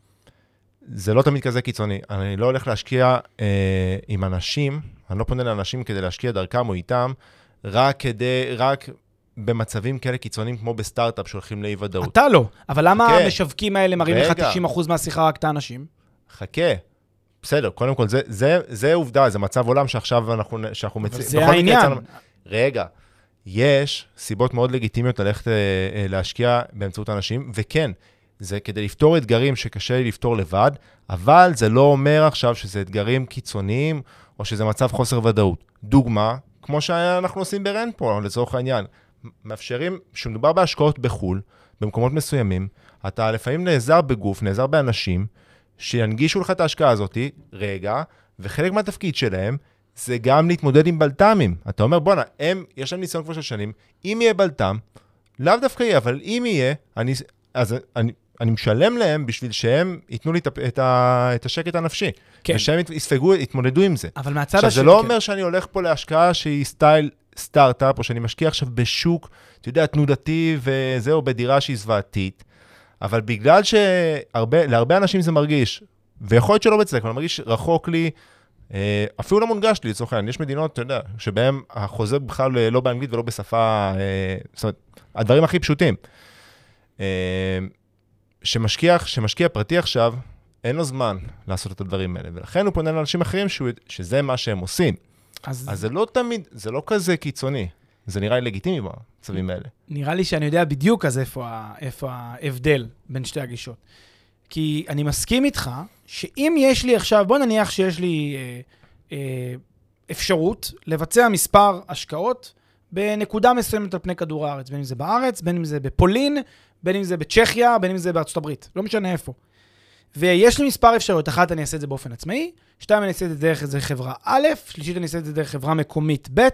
זה לא תמיד כזה קיצוני. אני לא הולך להשקיע אה, עם אנשים, אני לא פונה לאנשים כדי להשקיע דרכם או איתם, רק כדי, רק במצבים כאלה קיצוניים כמו בסטארט-אפ שהולכים לאי ודאות. אתה לא, אבל למה חכה. המשווקים האלה מראים לך תשעים אחוז מהשיחה רק את האנשים? חכה. בסדר, קודם כל, זה, זה, זה עובדה, זה מצב עולם שעכשיו אנחנו, שאנחנו מציעים. זה העניין. יצאנו... רגע, יש סיבות מאוד לגיטימיות ללכת אה, אה, להשקיע באמצעות אנשים, וכן, זה כדי לפתור אתגרים שקשה לי לפתור לבד, אבל זה לא אומר עכשיו שזה אתגרים קיצוניים, או שזה מצב חוסר ודאות. דוגמה, כמו שאנחנו עושים ברן פה, לצורך העניין, מאפשרים, שמדובר בהשקעות בחול, במקומות מסוימים, אתה לפעמים נעזר בגוף, נעזר באנשים, שינגישו לך את ההשקעה הזאת, רגע, וחלק מהתפקיד שלהם, זה גם להתמודד עם בלת"מים. אתה אומר, בוא'נה, הם, יש להם ניסיון כבר של שנים, אם יהיה בלת"ם, לאו דווקא יהיה, אבל אם יהיה, אני, אז אני, אני משלם להם בשביל שהם ייתנו לי את, את, את השקט הנפשי. כן. ושהם יספגו, יתמודדו עם זה. אבל מהצד עכשיו, השני... זה לא כן. אומר שאני הולך פה להשקעה שהיא סטייל סטארט-אפ, או שאני משקיע עכשיו בשוק, אתה יודע, תנודתי וזהו, בדירה שהיא זוועתית, אבל בגלל שלהרבה אנשים זה מרגיש, ויכול להיות שלא בצדק, אבל מרגיש רחוק לי, אפילו לא מונגש לי, לצורך העניין, יש מדינות, אתה יודע, שבהן החוזה בכלל לא באנגלית ולא בשפה, זאת אומרת, הדברים הכי פשוטים. שמשקיע, שמשקיע פרטי עכשיו, אין לו זמן לעשות את הדברים האלה, ולכן הוא פונה לאנשים אחרים שזה מה שהם עושים. אז, אז זה לא תמיד, זה לא כזה קיצוני. זה נראה לי לגיטימי בצווים האלה. נראה לי שאני יודע בדיוק אז איפה, איפה ההבדל בין שתי הגישות. כי אני מסכים איתך, שאם יש לי עכשיו, בוא נניח שיש לי אה, אה, אפשרות לבצע מספר השקעות בנקודה מסוימת על פני כדור הארץ, בין אם זה בארץ, בין אם זה בפולין, בין אם זה בצ'כיה, בין אם זה בארצות הברית, לא משנה איפה. ויש לי מספר אפשרויות, אחת אני אעשה את זה באופן עצמאי, שתיים אני אעשה את זה דרך איזה חברה א', שלישית אני אעשה את זה דרך חברה מקומית ב',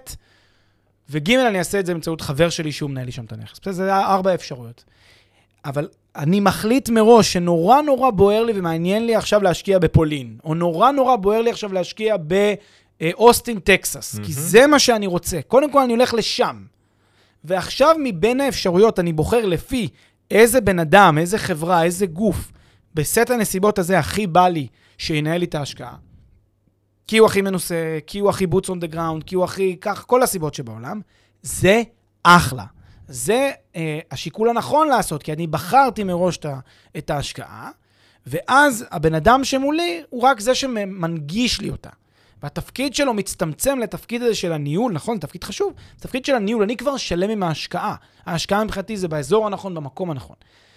וג' אני אעשה את זה באמצעות חבר שלי שהוא מנהל לי שם את הנכס. זה ארבע אפשרויות. אבל אני מחליט מראש שנורא נורא בוער לי ומעניין לי עכשיו להשקיע בפולין, או נורא נורא בוער לי עכשיו להשקיע באוסטין, טקסס, mm-hmm. כי זה מה שאני רוצה. קודם כל אני הולך לשם. ועכשיו מבין האפשרויות אני בוחר לפי איזה בן אדם, איזה חברה, איזה גוף, בסט הנסיבות הזה הכי בא לי שינהל לי את ההשקעה. כי הוא הכי מנוסה, כי הוא הכי boots on the ground, כי הוא הכי כך, כל הסיבות שבעולם, זה אחלה. זה אה, השיקול הנכון לעשות, כי אני בחרתי מראש את ההשקעה, ואז הבן אדם שמולי הוא רק זה שמנגיש לי אותה. והתפקיד שלו מצטמצם לתפקיד הזה של הניהול, נכון? זה תפקיד חשוב. תפקיד של הניהול, אני כבר שלם עם ההשקעה. ההשקעה מבחינתי זה באזור הנכון, במקום הנכון.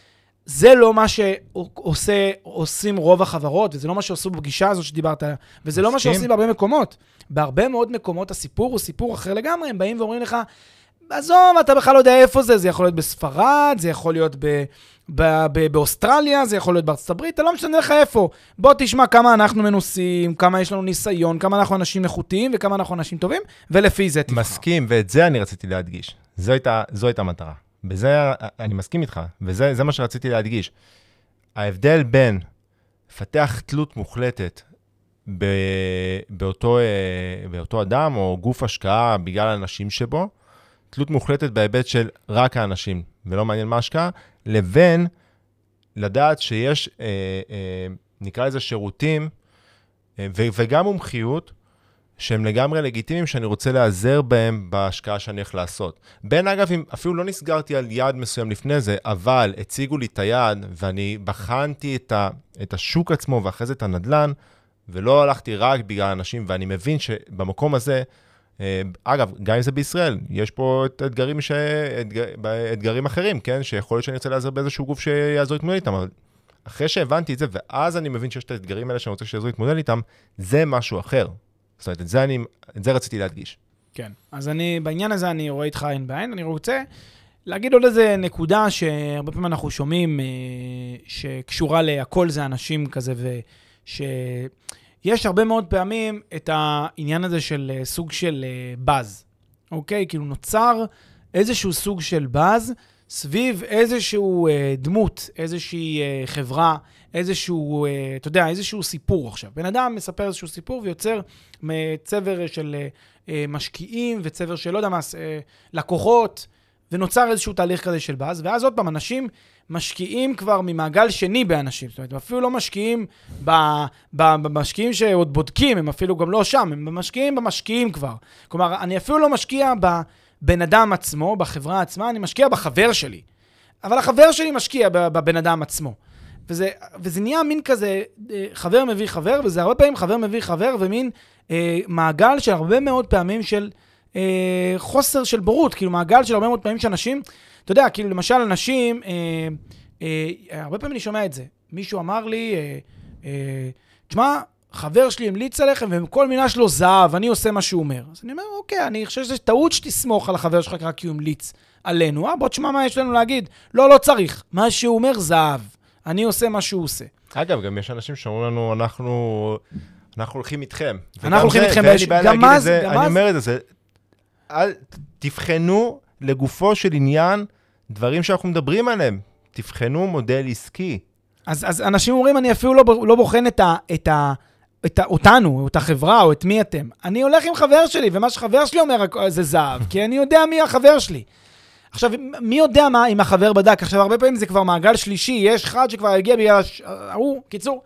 זה לא מה שעושה, עושים רוב החברות, וזה לא מה שעשו בפגישה הזו שדיברת עליה, וזה לא מה שעושים בהרבה מקומות. בהרבה מאוד מקומות הסיפור הוא סיפור אחר לגמרי, הם באים ואומרים לך, עזוב, אתה בכלל לא יודע איפה זה, זה יכול להיות בספרד, זה יכול להיות ב- ב- ב- באוסטרליה, זה יכול להיות בארצות הברית, אתה לא משנה לך איפה. בוא תשמע כמה אנחנו מנוסים, כמה יש לנו ניסיון, כמה אנחנו אנשים איכותיים וכמה אנחנו אנשים טובים, ולפי זה תבחר. מסכים, ואת זה אני רציתי להדגיש. זו הייתה, זו הייתה מטרה. בזה אני מסכים איתך, וזה זה מה שרציתי להדגיש. ההבדל בין לפתח תלות מוחלטת ב- באותו, באותו אדם או גוף השקעה בגלל האנשים שבו, תלות מוחלטת בהיבט של רק האנשים, ולא מעניין מה השקעה, לבין לדעת שיש, אה, אה, נקרא לזה שירותים, אה, ו- וגם מומחיות, שהם לגמרי לגיטימיים שאני רוצה להיעזר בהם בהשקעה שאני הולך לעשות. בין אגב, אם אפילו לא נסגרתי על יעד מסוים לפני זה, אבל הציגו לי את היעד, ואני בחנתי את, ה- את השוק עצמו, ואחרי זה את הנדלן, ולא הלכתי רק בגלל אנשים, ואני מבין שבמקום הזה, אגב, גם אם זה בישראל, יש פה את אתגרים, ש... אתגר... אתגרים אחרים, כן? שיכול להיות שאני רוצה לעזר באיזשהו גוף שיעזור להתמודד איתם, אבל אחרי שהבנתי את זה, ואז אני מבין שיש את האתגרים האלה שאני רוצה שיעזור להתמודד איתם, זה משהו אחר. זאת אומרת, את זה, אני... את זה רציתי להדגיש. כן, אז אני, בעניין הזה אני רואה איתך עין בעין, אני רוצה להגיד עוד איזה נקודה שהרבה פעמים אנחנו שומעים, שקשורה להכל זה אנשים כזה, וש... יש הרבה מאוד פעמים את העניין הזה של סוג של באז, אוקיי? כאילו נוצר איזשהו סוג של באז סביב איזשהו דמות, איזושהי חברה, איזשהו, אתה יודע, איזשהו סיפור עכשיו. בן אדם מספר איזשהו סיפור ויוצר צבר של משקיעים וצבר של, לא יודע מה, לקוחות, ונוצר איזשהו תהליך כזה של באז, ואז עוד פעם אנשים משקיעים כבר ממעגל שני באנשים, זאת אומרת, הם אפילו לא משקיעים במשקיעים שעוד בודקים, הם אפילו גם לא שם, הם משקיעים במשקיעים כבר. כלומר, אני אפילו לא משקיע בבן אדם עצמו, בחברה עצמה, אני משקיע בחבר שלי. אבל החבר שלי משקיע בבן אדם עצמו. וזה, וזה נהיה מין כזה, חבר מביא חבר, וזה הרבה פעמים חבר מביא חבר, ומין אה, מעגל של הרבה מאוד פעמים של אה, חוסר של בורות, כאילו מעגל של הרבה מאוד פעמים שאנשים, אתה יודע, כאילו למשל אנשים, אה, אה, הרבה פעמים אני שומע את זה, מישהו אמר לי, אה, אה, תשמע, חבר שלי המליץ עליכם, וכל מינה שלו זהב, אני עושה מה שהוא אומר. אז אני אומר, אוקיי, אני חושב שזה טעות שתסמוך על החבר שלך רק כי הוא המליץ עלינו, אה? בוא תשמע מה יש לנו להגיד. לא, לא צריך. מה שהוא אומר, זהב. אני עושה מה שהוא עושה. אגב, גם יש אנשים שאומרים לנו, אנחנו, אנחנו הולכים איתכם. אנחנו הולכים איתכם. גם אז, אני אומר את זה, אל תבחנו לגופו של עניין דברים שאנחנו מדברים עליהם. תבחנו מודל עסקי. אז, אז אנשים אומרים, אני אפילו לא, לא בוחן את ה, את ה, את ה, אותנו, או את החברה, או את מי אתם. אני הולך עם חבר שלי, ומה שחבר שלי אומר זה זהב, כי אני יודע מי החבר שלי. עכשיו, מי יודע מה אם החבר בדק? עכשיו, הרבה פעמים זה כבר מעגל שלישי, יש אחד שכבר הגיע בגלל, הוא, קיצור,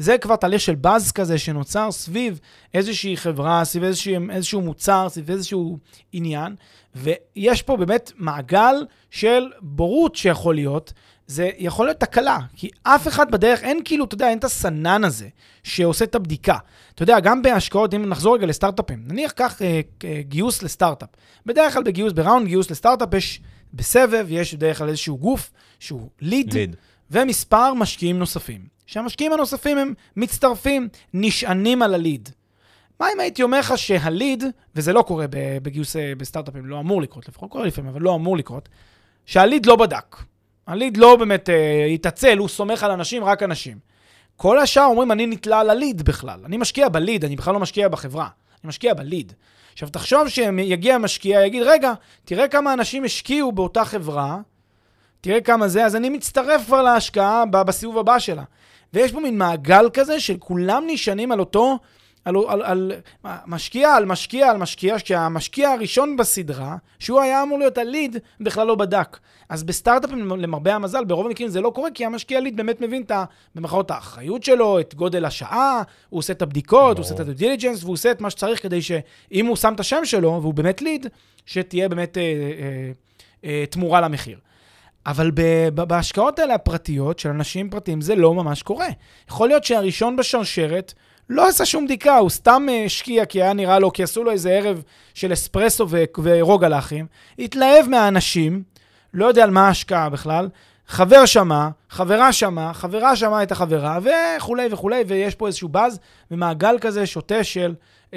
זה כבר תהליך של באז כזה שנוצר סביב איזושהי חברה, סביב איזשהו, איזשהו מוצר, סביב איזשהו עניין, ויש פה באמת מעגל של בורות שיכול להיות, זה יכול להיות תקלה, כי אף אחד בדרך, אין כאילו, אתה יודע, אין את הסנן הזה שעושה את הבדיקה. אתה יודע, גם בהשקעות, אם נחזור רגע לסטארט-אפים, נניח כך אה, אה, גיוס לסטארט-אפ. בדרך כלל בגיוס, בראונד גיוס לסטארט-אפ, יש בסבב, יש בדרך כלל איזשהו גוף, שהוא ליד, ליד. ומספר משקיעים נוספים. שהמשקיעים הנוספים הם מצטרפים, נשענים על הליד. מה אם הייתי אומר לך שהליד, וזה לא קורה בגיוס בסטארט-אפים, לא אמור לקרות, לפחות קורה לפעמים, אבל לא אמור לקרות, שהליד לא בדק. הליד לא באמת אה, יתעצל, הוא סומך על אנשים, רק אנשים. כל השאר אומרים, אני נתלה על הליד בכלל. אני משקיע בליד, אני בכלל לא משקיע בחברה. אני משקיע בליד. עכשיו, תחשוב שיגיע המשקיע, יגיד, רגע, תראה כמה אנשים השקיעו באותה חברה, תראה כמה זה, אז אני מצטרף כבר להשקעה בסיבוב הבא שלה. ויש פה מין מעגל כזה של כולם נשענים על אותו, על, על, על משקיע, על משקיע, על משקיע, שהמשקיע הראשון בסדרה, שהוא היה אמור להיות הליד, בכלל לא בדק. אז בסטארט-אפים, למרבה המזל, ברוב המקרים זה לא קורה, כי המשקיע הליד באמת מבין את, במחאות האחריות שלו, את גודל השעה, הוא עושה את הבדיקות, הוא עושה את הדיליג'נס, והוא עושה את מה שצריך כדי שאם הוא שם את השם שלו, והוא באמת ליד, שתהיה באמת אה, אה, אה, תמורה למחיר. אבל בהשקעות האלה הפרטיות של אנשים פרטיים זה לא ממש קורה. יכול להיות שהראשון בשרשרת לא עשה שום בדיקה, הוא סתם השקיע כי היה נראה לו, כי עשו לו איזה ערב של אספרסו ורוג הלחים, התלהב מהאנשים, לא יודע על מה ההשקעה בכלל, חבר שמה, חברה שמה, חברה שמה את החברה וכולי וכולי, ויש פה איזשהו באז ומעגל כזה שוטה של,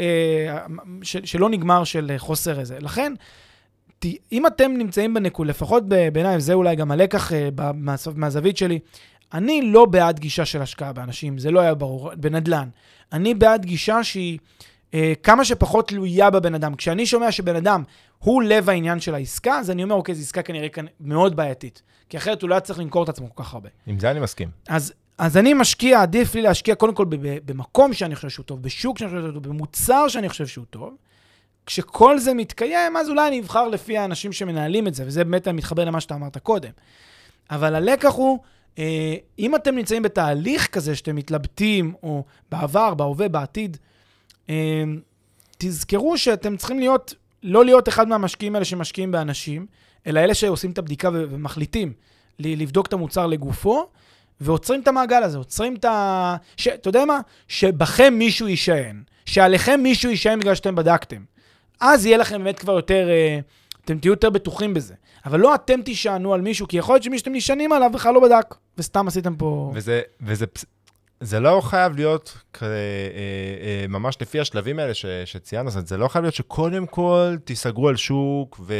של, שלא נגמר של חוסר איזה. לכן, אם אתם נמצאים בנקוד, לפחות בעיניי, זה אולי גם הלקח מהזווית שלי, אני לא בעד גישה של השקעה באנשים, זה לא היה ברור, בנדלן. אני בעד גישה שהיא אה, כמה שפחות תלויה בבן אדם. כשאני שומע שבן אדם הוא לב העניין של העסקה, אז אני אומר, אוקיי, זו עסקה כנראה כאן מאוד בעייתית, כי אחרת הוא לא צריך למכור את עצמו כל כך הרבה. עם זה אני מסכים. אז, אז אני משקיע, עדיף לי להשקיע קודם כל במקום שאני חושב שהוא טוב, בשוק שאני חושב שהוא טוב, במוצר שאני חושב שהוא טוב, כשכל זה מתקיים, אז אולי אני אבחר לפי האנשים שמנהלים את זה, וזה באמת מתחבר למה שאתה אמרת קודם. אבל הלקח הוא, אם אתם נמצאים בתהליך כזה שאתם מתלבטים, או בעבר, בהווה, בעתיד, תזכרו שאתם צריכים להיות, לא להיות אחד מהמשקיעים האלה שמשקיעים באנשים, אלא אלה שעושים את הבדיקה ומחליטים לבדוק את המוצר לגופו, ועוצרים את המעגל הזה, עוצרים את ה... ש... אתה יודע מה? שבכם מישהו יישען, שעליכם מישהו יישען בגלל שאתם בדקתם. אז יהיה לכם באמת כבר יותר, אתם תהיו יותר בטוחים בזה. אבל לא אתם תישענו על מישהו, כי יכול להיות שמי שאתם נשענים עליו בכלל לא בדק, וסתם עשיתם פה... וזה, וזה, זה לא חייב להיות ממש לפי השלבים האלה ש, שציינו, זה לא חייב להיות שקודם כל תיסגרו על שוק ו,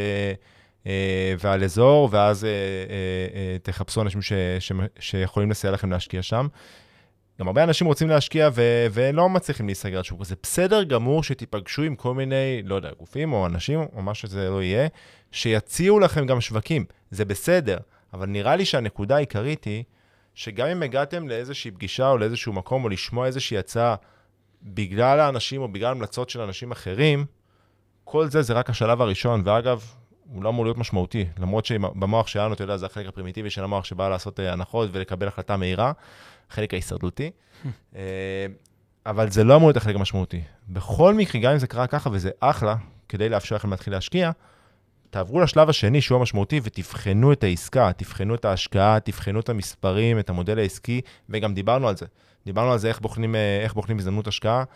ועל אזור, ואז תחפשו אנשים ש, ש, שיכולים לסייע לכם להשקיע שם. גם הרבה אנשים רוצים להשקיע ו- ולא מצליחים להיסגר על שוק. זה בסדר גמור שתיפגשו עם כל מיני, לא יודע, גופים או אנשים, או מה שזה לא יהיה, שיציעו לכם גם שווקים. זה בסדר, אבל נראה לי שהנקודה העיקרית היא, שגם אם הגעתם לאיזושהי פגישה או לאיזשהו מקום, או לשמוע איזושהי הצעה, בגלל האנשים או בגלל המלצות של אנשים אחרים, כל זה זה רק השלב הראשון, ואגב, הוא לא אמור להיות משמעותי, למרות שבמוח שלנו, אתה יודע, זה החלק הפרימיטיבי של המוח שבא לעשות הנחות ולקבל החלטה מהירה, החלק ההישרדותי, אבל זה לא אמור להיות החלק המשמעותי. בכל מקרה, גם אם זה קרה ככה, וזה אחלה, כדי לאפשר לכם להתחיל להשקיע, תעברו לשלב השני שהוא המשמעותי, ותבחנו את העסקה, תבחנו את ההשקעה, תבחנו את המספרים, את המודל העסקי, וגם דיברנו על זה. דיברנו על זה איך בוחנים, איך בוחנים הזדמנות השקעה.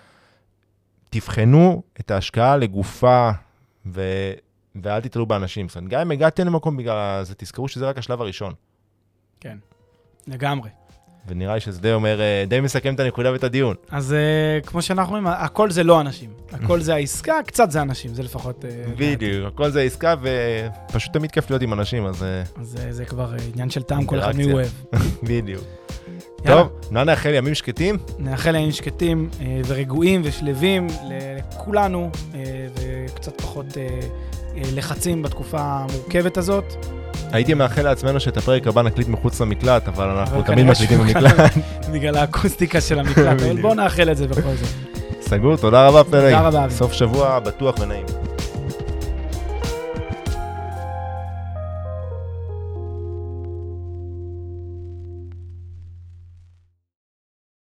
תבחנו את ההשקעה לגופה, ו... ואל תתלו באנשים. זאת אומרת, גם אם הגעתם למקום בגלל זה, תזכרו שזה רק השלב הראשון. כן, לגמרי. ונראה לי שזה די אומר, די מסכם את הנקודה ואת הדיון. אז כמו שאנחנו אומרים, הכל זה לא אנשים. הכל זה העסקה, קצת זה אנשים, זה לפחות... בדיוק, הכל זה העסקה, ופשוט תמיד כיף להיות עם אנשים, אז... אז זה כבר עניין של טעם, כל אחד מי הוא אוהב. בדיוק. טוב, נאחל ימים שקטים. נאחל ימים שקטים ורגועים ושלבים לכולנו, וקצת פחות לחצים בתקופה המורכבת הזאת. הייתי מאחל לעצמנו שאת הפרק הבא נקליט מחוץ למקלט, אבל אנחנו תמיד מקליטים במקלט. בגלל האקוסטיקה של המקלט, אבל בואו נאחל את זה בכל זאת. סגור, תודה רבה פרק. תודה רבה. סוף שבוע בטוח ונעים.